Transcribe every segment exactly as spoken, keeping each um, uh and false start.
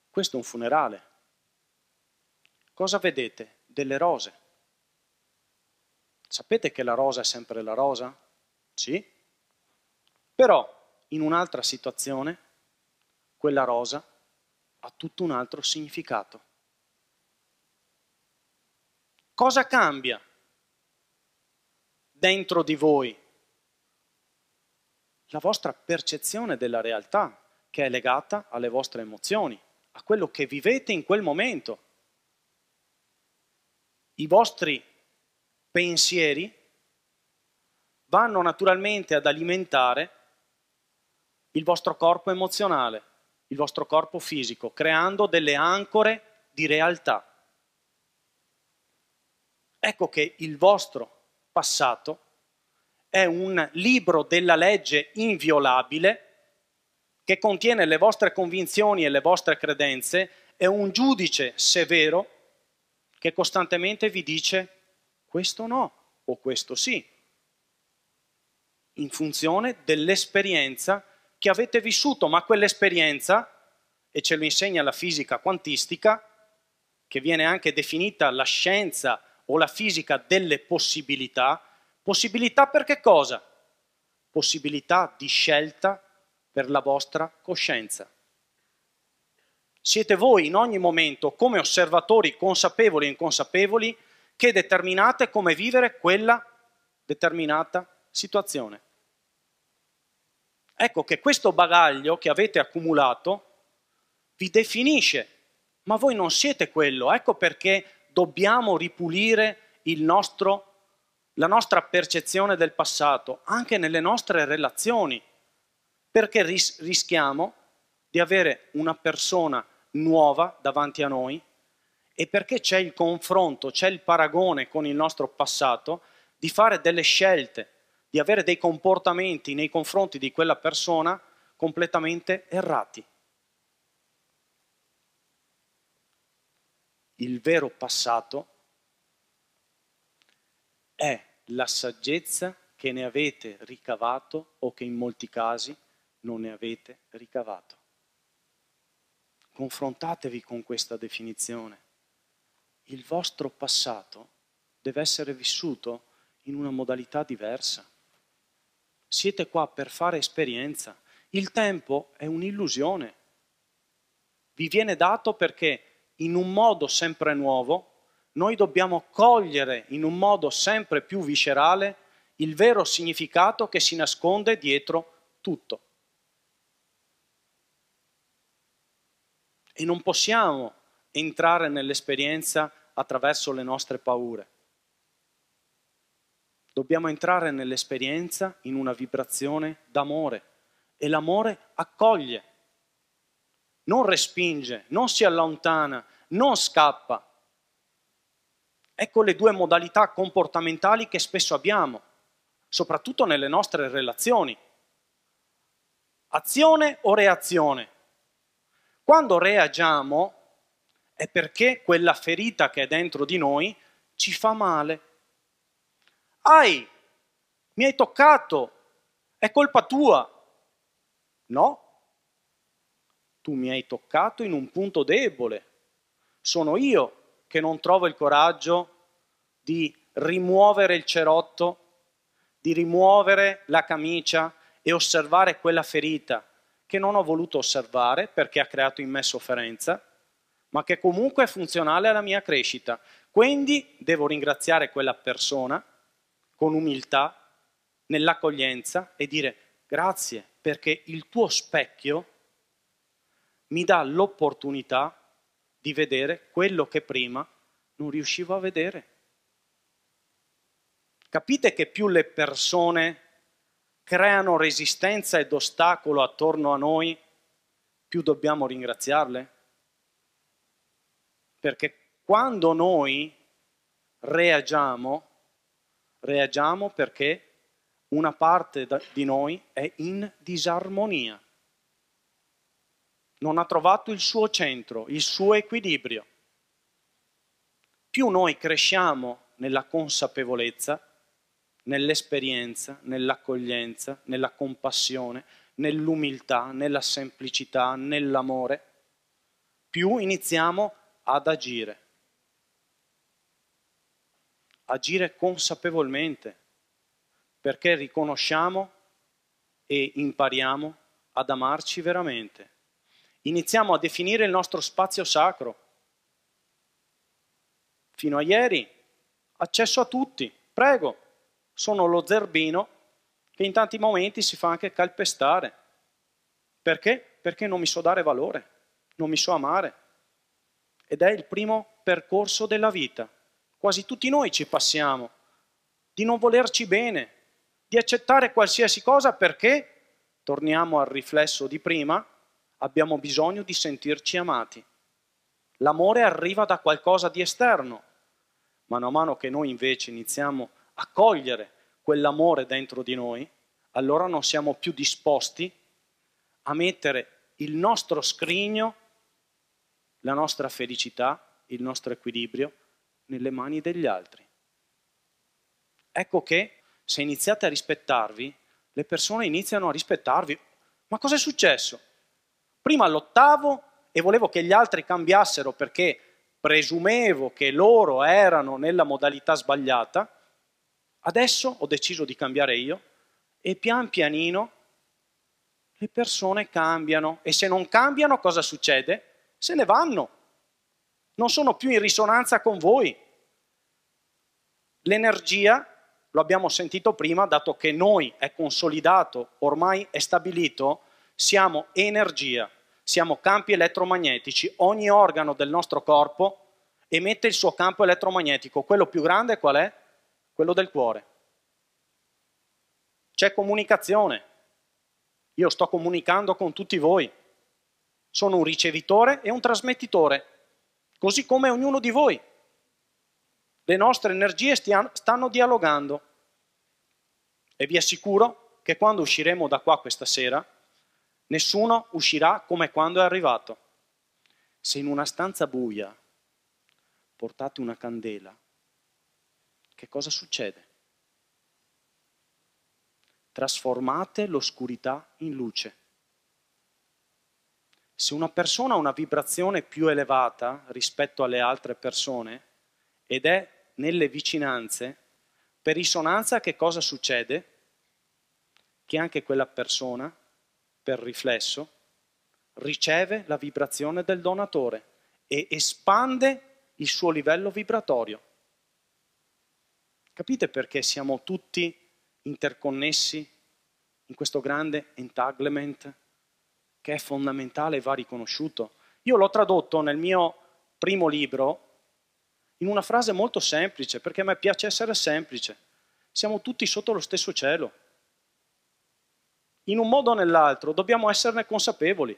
Questo è un funerale. Cosa vedete? Delle rose. Sapete che la rosa è sempre la rosa? Sì? Però in un'altra situazione quella rosa ha tutto un altro significato. Cosa cambia dentro di voi? La vostra percezione della realtà, che è legata alle vostre emozioni, a quello che vivete in quel momento. I vostri pensieri vanno naturalmente ad alimentare il vostro corpo emozionale, il vostro corpo fisico, creando delle ancore di realtà. Ecco che il vostro passato è un libro della legge inviolabile che contiene le vostre convinzioni e le vostre credenze, è un giudice severo che costantemente vi dice questo no o questo sì, in funzione dell'esperienza che avete vissuto, ma quell'esperienza, e ce lo insegna la fisica quantistica, che viene anche definita la scienza o la fisica delle possibilità. Possibilità per che cosa? Possibilità di scelta per la vostra coscienza. Siete voi in ogni momento come osservatori consapevoli e inconsapevoli che determinate come vivere quella determinata situazione. Ecco che questo bagaglio che avete accumulato vi definisce, ma voi non siete quello. Ecco perché dobbiamo ripulire il nostro, la nostra percezione del passato, anche nelle nostre relazioni, perché ris- rischiamo di avere una persona nuova davanti a noi e perché c'è il confronto, c'è il paragone con il nostro passato, di fare delle scelte, di avere dei comportamenti nei confronti di quella persona completamente errati. Il vero passato è la saggezza che ne avete ricavato o che in molti casi non ne avete ricavato. Confrontatevi con questa definizione. Il vostro passato deve essere vissuto in una modalità diversa. Siete qua per fare esperienza. Il tempo è un'illusione. Vi viene dato perché in un modo sempre nuovo noi dobbiamo cogliere in un modo sempre più viscerale il vero significato che si nasconde dietro tutto. E non possiamo entrare nell'esperienza attraverso le nostre paure. Dobbiamo entrare nell'esperienza in una vibrazione d'amore e l'amore accoglie, non respinge, non si allontana, non scappa. Ecco le due modalità comportamentali che spesso abbiamo, soprattutto nelle nostre relazioni. Azione o reazione? Quando reagiamo è perché quella ferita che è dentro di noi ci fa male. Ai, mi hai toccato, è colpa tua. No, tu mi hai toccato in un punto debole. Sono io che non trovo il coraggio di rimuovere il cerotto, di rimuovere la camicia e osservare quella ferita che non ho voluto osservare perché ha creato in me sofferenza, ma che comunque è funzionale alla mia crescita. Quindi devo ringraziare quella persona con umiltà, nell'accoglienza e dire grazie perché il tuo specchio mi dà l'opportunità di vedere quello che prima non riuscivo a vedere. Capite che più le persone creano resistenza ed ostacolo attorno a noi, più dobbiamo ringraziarle? Perché quando noi reagiamo, reagiamo perché una parte di noi è in disarmonia. Non ha trovato il suo centro, il suo equilibrio. Più noi cresciamo nella consapevolezza, nell'esperienza, nell'accoglienza, nella compassione, nell'umiltà, nella semplicità, nell'amore, più iniziamo ad agire. Agire consapevolmente, perché riconosciamo e impariamo ad amarci veramente. Iniziamo a definire il nostro spazio sacro. Fino a ieri, accesso a tutti, prego, sono lo zerbino che in tanti momenti si fa anche calpestare. Perché? Perché non mi so dare valore, non mi so amare. Ed è il primo percorso della vita. Quasi tutti noi ci passiamo, di non volerci bene, di accettare qualsiasi cosa perché, torniamo al riflesso di prima, abbiamo bisogno di sentirci amati. L'amore arriva da qualcosa di esterno. Mano a mano che noi invece iniziamo a cogliere quell'amore dentro di noi, allora non siamo più disposti a mettere il nostro scrigno, la nostra felicità, il nostro equilibrio nelle mani degli altri. Ecco che se iniziate a rispettarvi, le persone iniziano a rispettarvi. Ma cosa è successo? Prima lottavo e volevo che gli altri cambiassero perché presumevo che loro erano nella modalità sbagliata. Adesso ho deciso di cambiare io e pian pianino le persone cambiano. E se non cambiano, cosa succede? Se ne vanno. Non sono più in risonanza con voi. L'energia, lo abbiamo sentito prima, dato che noi è consolidato, ormai è stabilito, siamo energia, siamo campi elettromagnetici. Ogni organo del nostro corpo emette il suo campo elettromagnetico. Quello più grande qual è? Quello del cuore. C'è comunicazione. Io sto comunicando con tutti voi. Sono un ricevitore e un trasmettitore, così come ognuno di voi. Le nostre energie stiano, stanno dialogando e vi assicuro che quando usciremo da qua questa sera, nessuno uscirà come quando è arrivato. Se in una stanza buia portate una candela, che cosa succede? Trasformate l'oscurità in luce. Se una persona ha una vibrazione più elevata rispetto alle altre persone ed è nelle vicinanze, per risonanza che cosa succede? Che anche quella persona, per riflesso, riceve la vibrazione del donatore e espande il suo livello vibratorio. Capite perché siamo tutti interconnessi in questo grande entanglement che è fondamentale e va riconosciuto? Io l'ho tradotto nel mio primo libro in una frase molto semplice, perché a me piace essere semplice. Siamo tutti sotto lo stesso cielo. In un modo o nell'altro dobbiamo esserne consapevoli.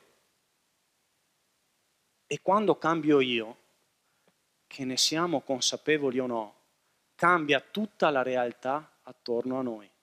E quando cambio io, che ne siamo consapevoli o no, cambia tutta la realtà attorno a noi.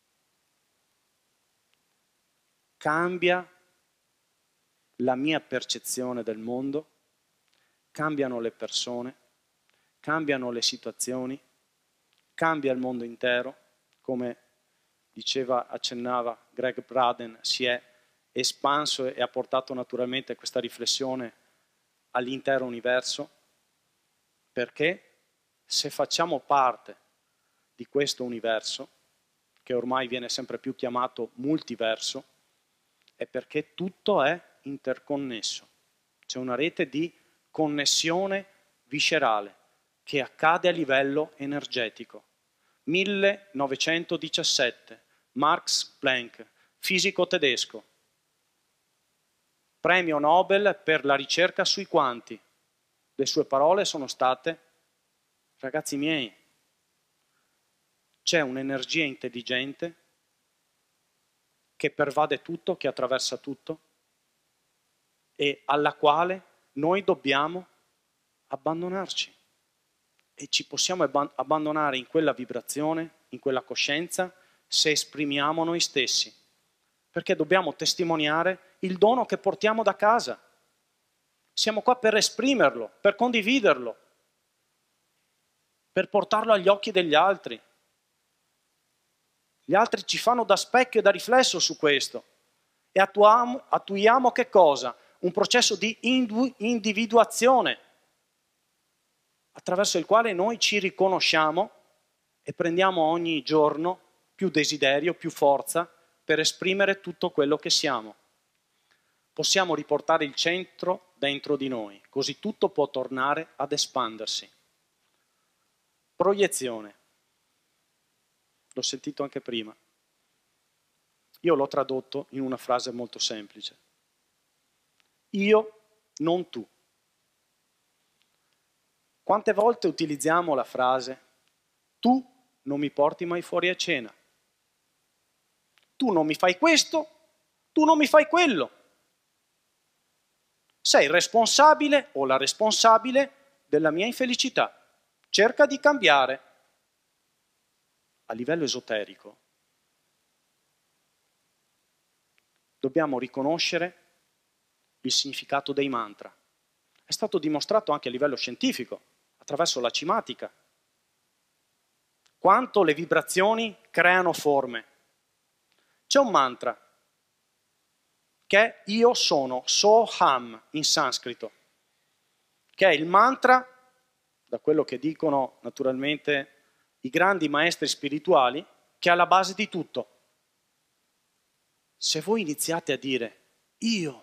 Cambia la mia percezione del mondo, cambiano le persone, cambiano le situazioni, cambia il mondo intero, come diceva, accennava Greg Braden, si è espanso e ha portato naturalmente questa riflessione all'intero universo, perché se facciamo parte di questo universo, che ormai viene sempre più chiamato multiverso, è perché tutto è interconnesso. C'è una rete di connessione viscerale che accade a livello energetico. millenovecentodiciassette, Max Planck, fisico tedesco, premio Nobel per la ricerca sui quanti. Le sue parole sono state: ragazzi miei, c'è un'energia intelligente che pervade tutto, che attraversa tutto e alla quale noi dobbiamo abbandonarci. E ci possiamo abbandonare in quella vibrazione, in quella coscienza, se esprimiamo noi stessi. Perché dobbiamo testimoniare il dono che portiamo da casa. Siamo qua per esprimerlo, per condividerlo, per portarlo agli occhi degli altri. Gli altri ci fanno da specchio e da riflesso su questo. E attuiamo, attuiamo che cosa? un processo di individuazione attraverso il quale noi ci riconosciamo e prendiamo ogni giorno più desiderio, più forza per esprimere tutto quello che siamo. Possiamo riportare il centro dentro di noi, così tutto può tornare ad espandersi. Proiezione. L'ho sentito anche prima. Io l'ho tradotto in una frase molto semplice. Io, non tu. Quante volte utilizziamo la frase tu non mi porti mai fuori a cena? Tu non mi fai questo, tu non mi fai quello. Sei il responsabile o la responsabile della mia infelicità. Cerca di cambiare. A livello esoterico dobbiamo riconoscere il significato dei mantra. È stato dimostrato anche a livello scientifico, attraverso la cimatica, quanto le vibrazioni creano forme. C'è un mantra che è io sono, Soham in sanscrito, che è il mantra, da quello che dicono naturalmente i grandi maestri spirituali, che è alla base di tutto. Se voi iniziate a dire io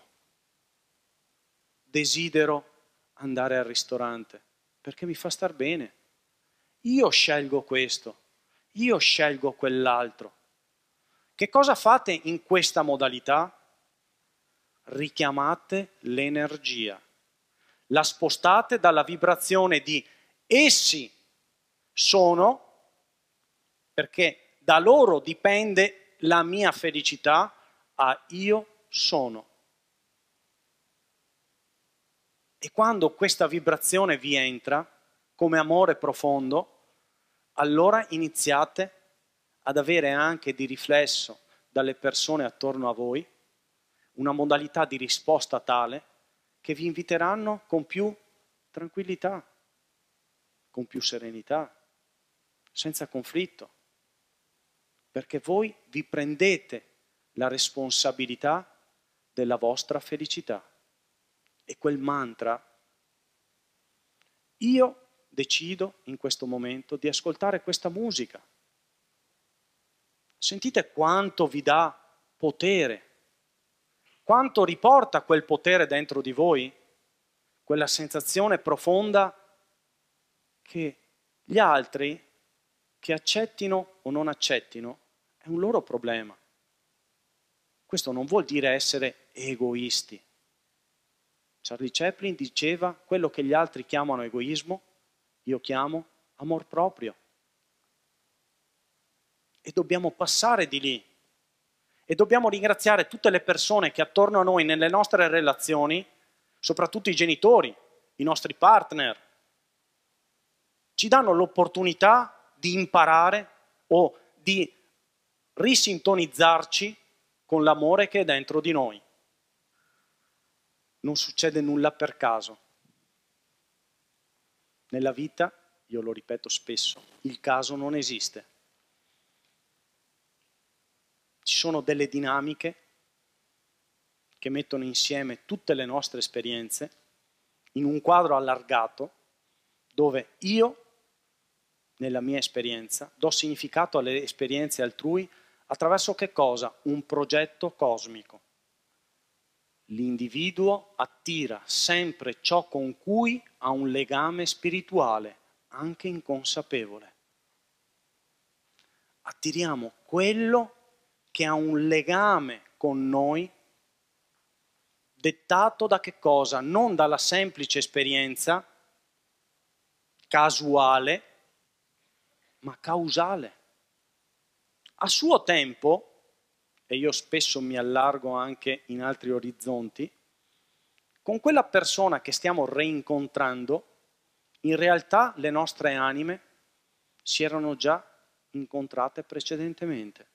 desidero andare al ristorante perché mi fa star bene, io scelgo questo, io scelgo quell'altro, che cosa fate in questa modalità? Richiamate l'energia, la spostate dalla vibrazione di essi sono, perché da loro dipende la mia felicità, a io sono. E quando questa vibrazione vi entra come amore profondo, allora iniziate ad avere anche di riflesso dalle persone attorno a voi una modalità di risposta tale che vi inviteranno con più tranquillità, con più serenità, senza conflitto, perché voi vi prendete la responsabilità della vostra felicità. E quel mantra, io decido in questo momento di ascoltare questa musica. Sentite quanto vi dà potere, quanto riporta quel potere dentro di voi, quella sensazione profonda che gli altri, che accettino o non accettino, è un loro problema. Questo non vuol dire essere egoisti. Charlie Chaplin diceva quello che gli altri chiamano egoismo, io chiamo amor proprio. E dobbiamo passare di lì. E dobbiamo ringraziare tutte le persone che attorno a noi, nelle nostre relazioni, soprattutto i genitori, i nostri partner, ci danno l'opportunità di imparare o di risintonizzarci con l'amore che è dentro di noi. Non succede nulla per caso. Nella vita, io lo ripeto spesso, il caso non esiste. Ci sono delle dinamiche che mettono insieme tutte le nostre esperienze in un quadro allargato dove io, nella mia esperienza, do significato alle esperienze altrui attraverso che cosa? Un progetto cosmico. L'individuo attira sempre ciò con cui ha un legame spirituale, anche inconsapevole. Attiriamo quello che ha un legame con noi, dettato da che cosa? Non dalla semplice esperienza casuale, ma causale. A suo tempo, e io spesso mi allargo anche in altri orizzonti, con quella persona che stiamo reincontrando, in realtà le nostre anime si erano già incontrate precedentemente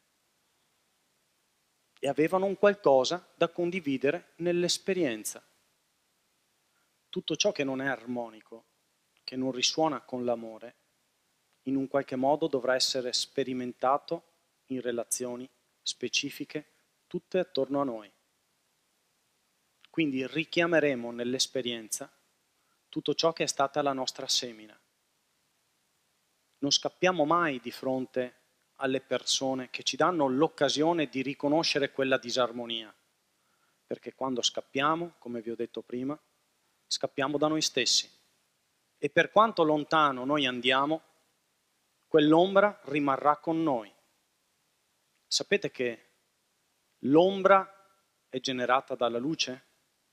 e avevano un qualcosa da condividere nell'esperienza. Tutto ciò che non è armonico, che non risuona con l'amore, in un qualche modo dovrà essere sperimentato in relazioni specifiche, tutte attorno a noi. Quindi richiameremo nell'esperienza tutto ciò che è stata la nostra semina. Non scappiamo mai di fronte alle persone che ci danno l'occasione di riconoscere quella disarmonia, perché quando scappiamo, come vi ho detto prima, scappiamo da noi stessi e per quanto lontano noi andiamo, quell'ombra rimarrà con noi. Sapete che l'ombra è generata dalla luce?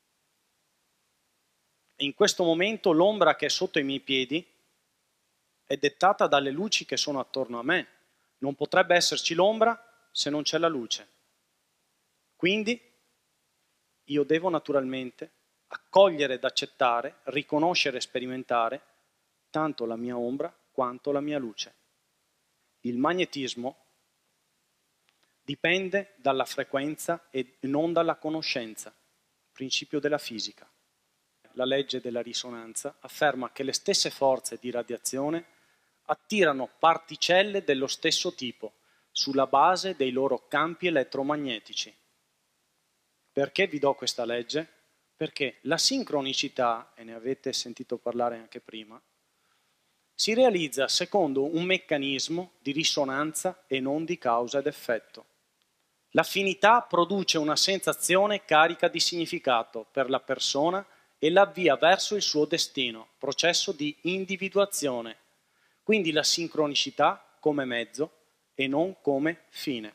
E in questo momento l'ombra che è sotto i miei piedi è dettata dalle luci che sono attorno a me. Non potrebbe esserci l'ombra se non c'è la luce. Quindi io devo naturalmente accogliere ed accettare, riconoscere e sperimentare tanto la mia ombra quanto la mia luce. Il magnetismo dipende dalla frequenza e non dalla conoscenza, principio della fisica. La legge della risonanza afferma che le stesse forze di radiazione attirano particelle dello stesso tipo sulla base dei loro campi elettromagnetici. Perché vi do questa legge? Perché la sincronicità, e ne avete sentito parlare anche prima, si realizza secondo un meccanismo di risonanza e non di causa ed effetto. L'affinità produce una sensazione carica di significato per la persona e l'avvia verso il suo destino, processo di individuazione. Quindi la sincronicità come mezzo e non come fine.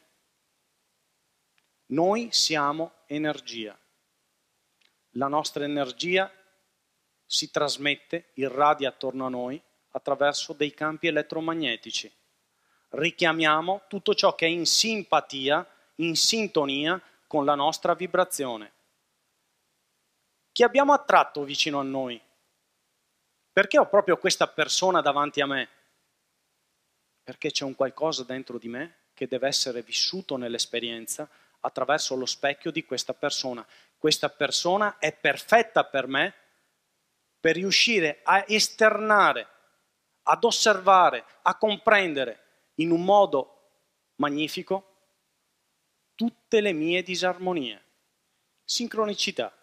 Noi siamo energia. La nostra energia si trasmette, irradia attorno a noi attraverso dei campi elettromagnetici. Richiamiamo tutto ciò che è in simpatia, in sintonia con la nostra vibrazione. Chi abbiamo attratto vicino a noi? Perché ho proprio questa persona davanti a me? Perché c'è un qualcosa dentro di me che deve essere vissuto nell'esperienza attraverso lo specchio di questa persona. Questa persona è perfetta per me per riuscire a esternare, ad osservare, a comprendere in un modo magnifico tutte le mie disarmonie. Sincronicità.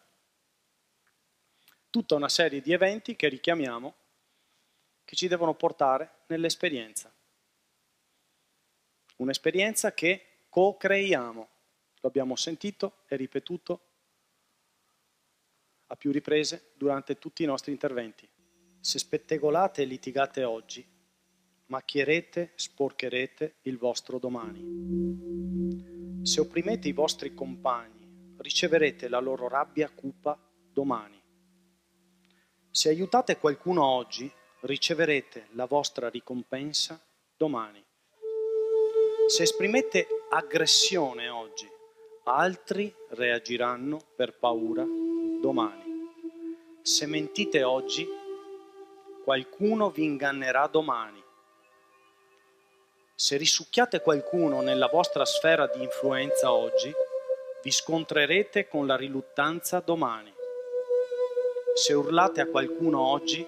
Tutta una serie di eventi che richiamiamo, che ci devono portare nell'esperienza. Un'esperienza che co-creiamo. Lo abbiamo sentito e ripetuto a più riprese durante tutti i nostri interventi. Se spettegolate e litigate oggi, macchierete, sporcherete il vostro domani. Se opprimete i vostri compagni, riceverete la loro rabbia cupa domani. Se aiutate qualcuno oggi, riceverete la vostra ricompensa domani. Se esprimete aggressione oggi, altri reagiranno per paura domani. Se mentite oggi, qualcuno vi ingannerà domani. Se risucchiate qualcuno nella vostra sfera di influenza oggi, vi scontrerete con la riluttanza domani. Se urlate a qualcuno oggi,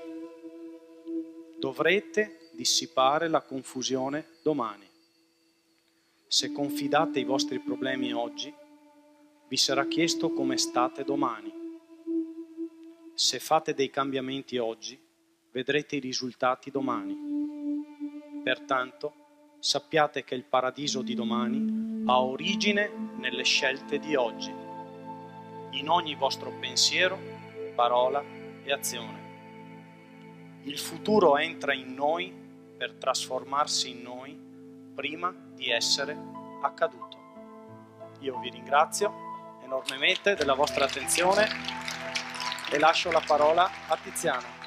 dovrete dissipare la confusione domani. Se confidate i vostri problemi oggi, vi sarà chiesto come state domani. Se fate dei cambiamenti oggi, vedrete i risultati domani. Pertanto, sappiate che il paradiso di domani ha origine nelle scelte di oggi, in ogni vostro pensiero, parola e azione. Il futuro entra in noi per trasformarsi in noi prima di essere accaduto. Io vi ringrazio enormemente della vostra attenzione e lascio la parola a Tiziano.